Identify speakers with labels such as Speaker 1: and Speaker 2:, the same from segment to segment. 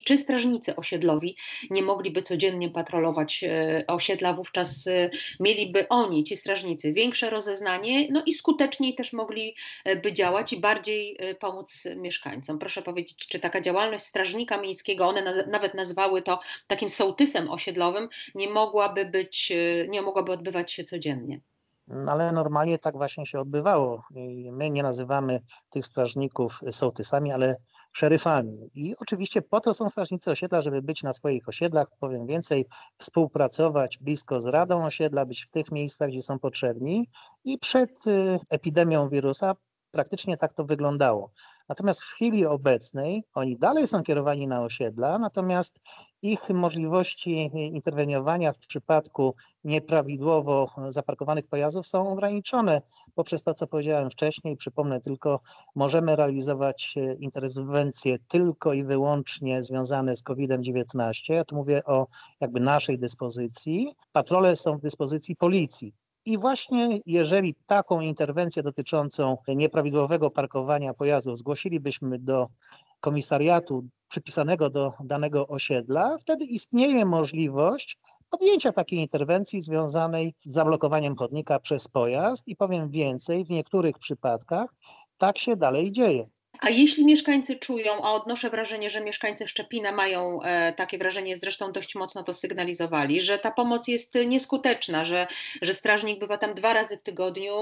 Speaker 1: czy strażnicy osiedlowi nie mogliby codziennie patrolować osiedla, wówczas mieliby oni, ci strażnicy, większe rozeznanie, no i skuteczniej też mogliby działać i bardziej pomóc mieszkańcom. Proszę powiedzieć, czy taka działalność strażnika miejskiego, one nawet nazwały to takim sołtysem osiedlowym, nie mogłaby odbywać się codziennie?
Speaker 2: No, ale normalnie tak właśnie się odbywało. I my nie nazywamy tych strażników sołtysami, ale szeryfami. I oczywiście po to są strażnicy osiedla, żeby być na swoich osiedlach, powiem więcej, współpracować blisko z Radą Osiedla, być w tych miejscach, gdzie są potrzebni. I przed epidemią wirusa praktycznie tak to wyglądało. Natomiast w chwili obecnej oni dalej są kierowani na osiedla, natomiast ich możliwości interweniowania w przypadku nieprawidłowo zaparkowanych pojazdów są ograniczone poprzez to, co powiedziałem wcześniej. Przypomnę tylko, możemy realizować interwencje tylko i wyłącznie związane z COVID-19. Ja tu mówię o jakby naszej dyspozycji. Patrole są w dyspozycji policji. I właśnie jeżeli taką interwencję dotyczącą nieprawidłowego parkowania pojazdów zgłosilibyśmy do komisariatu przypisanego do danego osiedla, wtedy istnieje możliwość podjęcia takiej interwencji związanej z zablokowaniem chodnika przez pojazd i powiem więcej, w niektórych przypadkach tak się dalej dzieje.
Speaker 1: A jeśli mieszkańcy czują, a odnoszę wrażenie, że mieszkańcy Szczepina mają takie wrażenie, zresztą dość mocno to sygnalizowali, że ta pomoc jest nieskuteczna, że strażnik bywa tam 2 razy w tygodniu,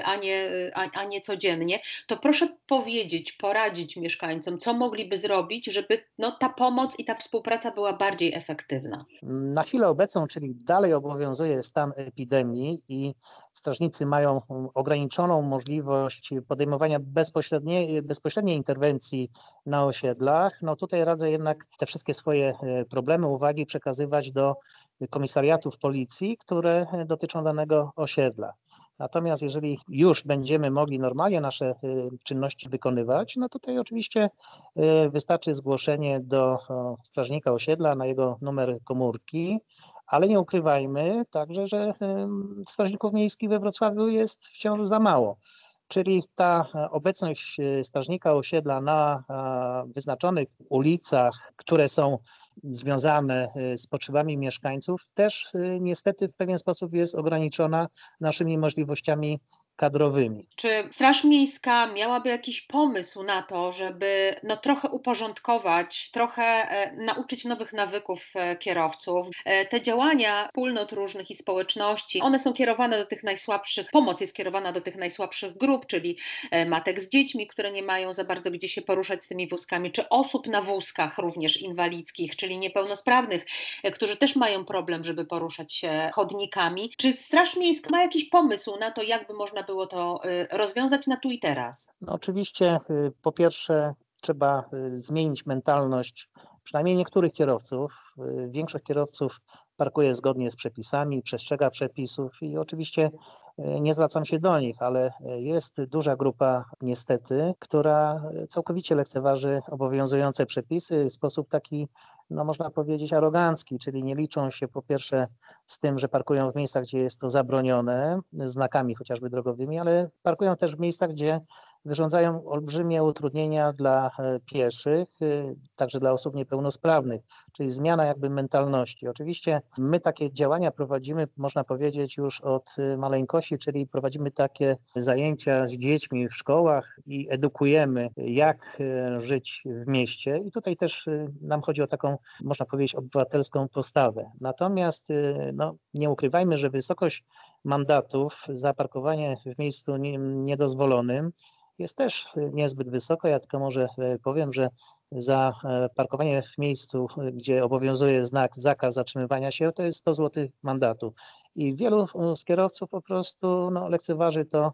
Speaker 1: a nie codziennie, to proszę powiedzieć, poradzić mieszkańcom, co mogliby zrobić, żeby ta pomoc i ta współpraca była bardziej efektywna.
Speaker 2: Na chwilę obecną, czyli dalej obowiązuje stan epidemii i strażnicy mają ograniczoną możliwość podejmowania bezpośredniej interwencji na osiedlach. No tutaj radzę jednak te wszystkie swoje problemy, uwagi przekazywać do komisariatów policji, które dotyczą danego osiedla. Natomiast jeżeli już będziemy mogli normalnie nasze czynności wykonywać, no tutaj oczywiście wystarczy zgłoszenie do strażnika osiedla na jego numer komórki, ale nie ukrywajmy także, że strażników miejskich we Wrocławiu jest wciąż za mało. Czyli ta obecność strażnika osiedla na wyznaczonych ulicach, które są związane z potrzebami mieszkańców, też niestety w pewien sposób jest ograniczona naszymi możliwościami kadrowymi.
Speaker 1: Czy Straż Miejska miałaby jakiś pomysł na to, żeby trochę uporządkować, trochę nauczyć nowych nawyków kierowców? Te działania wspólnot różnych i społeczności, one są kierowane do tych najsłabszych, pomoc jest kierowana do tych najsłabszych grup, czyli matek z dziećmi, które nie mają za bardzo gdzie się poruszać z tymi wózkami, czy osób na wózkach również inwalidzkich, czyli niepełnosprawnych, którzy też mają problem, żeby poruszać się chodnikami. Czy Straż Miejska ma jakiś pomysł na to, jakby można było to rozwiązać na tu i teraz?
Speaker 2: No oczywiście po pierwsze trzeba zmienić mentalność przynajmniej niektórych kierowców. Większość kierowców parkuje zgodnie z przepisami, przestrzega przepisów i oczywiście nie zwracam się do nich, ale jest duża grupa niestety, która całkowicie lekceważy obowiązujące przepisy w sposób taki, no można powiedzieć, arogancki, czyli nie liczą się po pierwsze z tym, że parkują w miejscach, gdzie jest to zabronione, znakami chociażby drogowymi, ale parkują też w miejscach, gdzie wyrządzają olbrzymie utrudnienia dla pieszych, także dla osób niepełnosprawnych, czyli zmiana jakby mentalności. Oczywiście my takie działania prowadzimy, można powiedzieć, już od maleńkości, czyli prowadzimy takie zajęcia z dziećmi w szkołach i edukujemy, jak żyć w mieście i tutaj też nam chodzi o taką, można powiedzieć, obywatelską postawę. Natomiast nie ukrywajmy, że wysokość mandatów za parkowanie w miejscu niedozwolonym jest też niezbyt wysoka. Ja tylko może powiem, że za parkowanie w miejscu, gdzie obowiązuje znak zakaz zatrzymywania się, to jest 100 zł mandatu. I wielu z kierowców po prostu lekceważy to,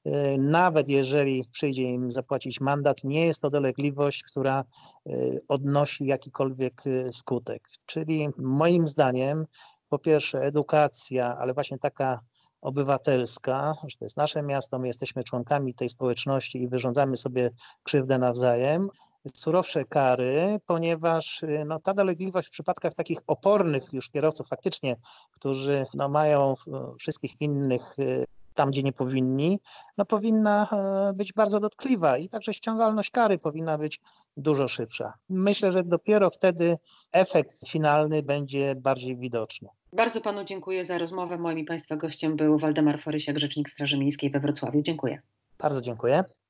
Speaker 2: nawet jeżeli przyjdzie im zapłacić mandat, nie jest to dolegliwość, która odnosi jakikolwiek skutek. Czyli moim zdaniem po pierwsze edukacja, ale właśnie taka obywatelska, że to jest nasze miasto, my jesteśmy członkami tej społeczności i wyrządzamy sobie krzywdę nawzajem, surowsze kary, ponieważ ta dolegliwość w przypadkach takich opornych już kierowców faktycznie, którzy mają wszystkich innych tam, gdzie nie powinni, no powinna być bardzo dotkliwa i także ściągalność kary powinna być dużo szybsza. Myślę, że dopiero wtedy efekt finalny będzie bardziej widoczny.
Speaker 1: Bardzo panu dziękuję za rozmowę. Moim i państwa gościem był Waldemar Forysiak, rzecznik Straży Miejskiej we Wrocławiu. Dziękuję.
Speaker 2: Bardzo dziękuję.